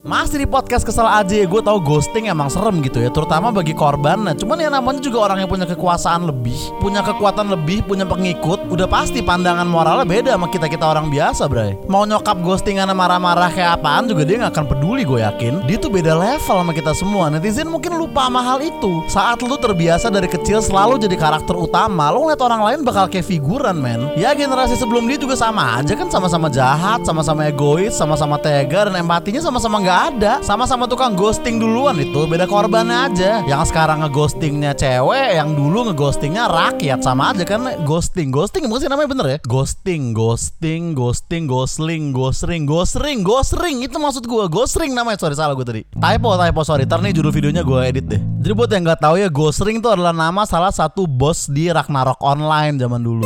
Masih di podcast kesel aja ya, gue tahu ghosting emang serem gitu ya, terutama bagi korban. Nah, cuman ya namanya juga orang yang punya kekuasaan lebih, punya kekuatan lebih, punya pengikut, udah pasti pandangan moralnya beda sama kita orang biasa, bray. Mau nyokap ghostingan marah-marah kayak apaan juga dia gak akan peduli, gue yakin. Dia tuh beda level sama kita semua. Netizen mungkin lupa sama hal itu. Saat lu terbiasa dari kecil selalu jadi karakter utama, lu ngeliat orang lain bakal kayak figuran, men. Ya generasi sebelum dia juga sama aja kan, sama-sama jahat, sama-sama egois, sama-sama tega, dan empatinya sama-sama gak ada. Sama-sama tukang ghosting duluan, itu beda korbannya aja. Yang sekarang ngeghostingnya cewek, yang dulu ngeghostingnya rakyat. Sama aja kan, ghosting bukan sih namanya, bener ya? Ghosting itu maksud gue, ghosting namanya. Sorry, salah gue tadi. Typo, sorry. Ntar nih judul videonya gue edit deh. Jadi buat yang gak tahu ya, ghosting itu adalah nama salah satu bos di Ragnarok Online zaman dulu.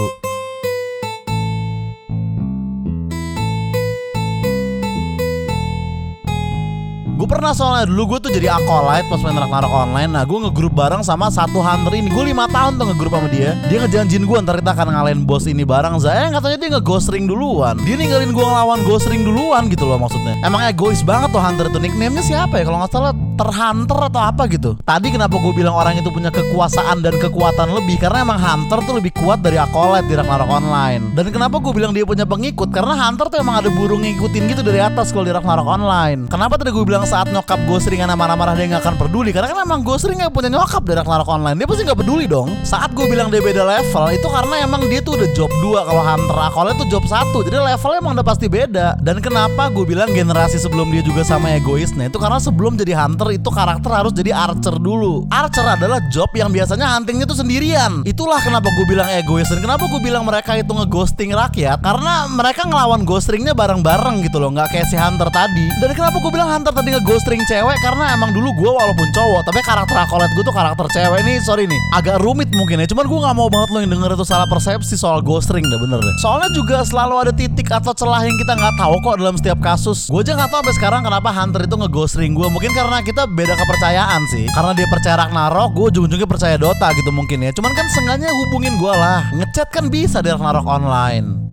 Gue pernah soalnya dulu gue tuh jadi acolyte pas main Ragnarok Online. Nah, gue ngegrup bareng sama satu hunter ini. Gue 5 tahun tuh ngegrup sama dia. Dia ngejanjin gue ntar kita akan ngalahin bos ini bareng. Sayang katanya dia nge-ghosting duluan. Dia ninggalin gue ngelawan ghosting duluan gitu loh maksudnya. Emang egois banget tuh hunter itu. Nickname-nya siapa ya kalau gak salah? Terhunter atau apa gitu. Tadi kenapa gue bilang orang itu punya kekuasaan dan kekuatan lebih? Karena emang hunter tuh lebih kuat dari acolyte di Ragnarok Online. Dan kenapa gue bilang dia punya pengikut? Karena hunter tuh emang ada burung ngikutin gitu dari atas kalau di Ragnarok Online. Kenapa tadi gue bilang saat nyokap ghostingan marah-marah dia gak akan peduli? Karena kan emang ghosting gak punya nyokap di Ragnarok Online. Dia pasti gak peduli dong. Saat gue bilang dia beda level, itu karena emang dia tuh udah job 2. Kalau hunter acolyte tuh job 1. Jadi levelnya emang udah pasti beda. Dan kenapa gue bilang generasi sebelum dia juga sama egoisnya? Itu karena sebelum jadi hunter itu karakter harus jadi archer dulu. Archer adalah job yang biasanya huntingnya tuh sendirian. Itulah kenapa gue bilang egois. Dan kenapa gue bilang mereka itu ngeghosting rakyat, karena mereka ngelawan ghostingnya bareng-bareng gitu loh, gak kayak si hunter tadi. Dan kenapa gue bilang hunter tadi ngeghosting cewek, karena emang dulu gue walaupun cowok, tapi karakter acolyte gue tuh karakter cewek. Nih sorry nih, agak rumit mungkin ya, cuman gue gak mau banget lo yang denger itu salah persepsi soal ghosting deh, bener deh. Soalnya juga selalu ada titik atau celah yang kita gak tahu kok dalam setiap kasus. Gue aja gak tahu sampai sekarang kenapa hunter itu ngeghosting gue. Mungkin karena kita beda kepercayaan sih. Karena dia percaya Ragnarok, gue ujung-ujungnya percaya Dota gitu mungkin ya. Cuman kan seenggaknya hubungin gue lah. Ngechat kan bisa di Ragnarok Online.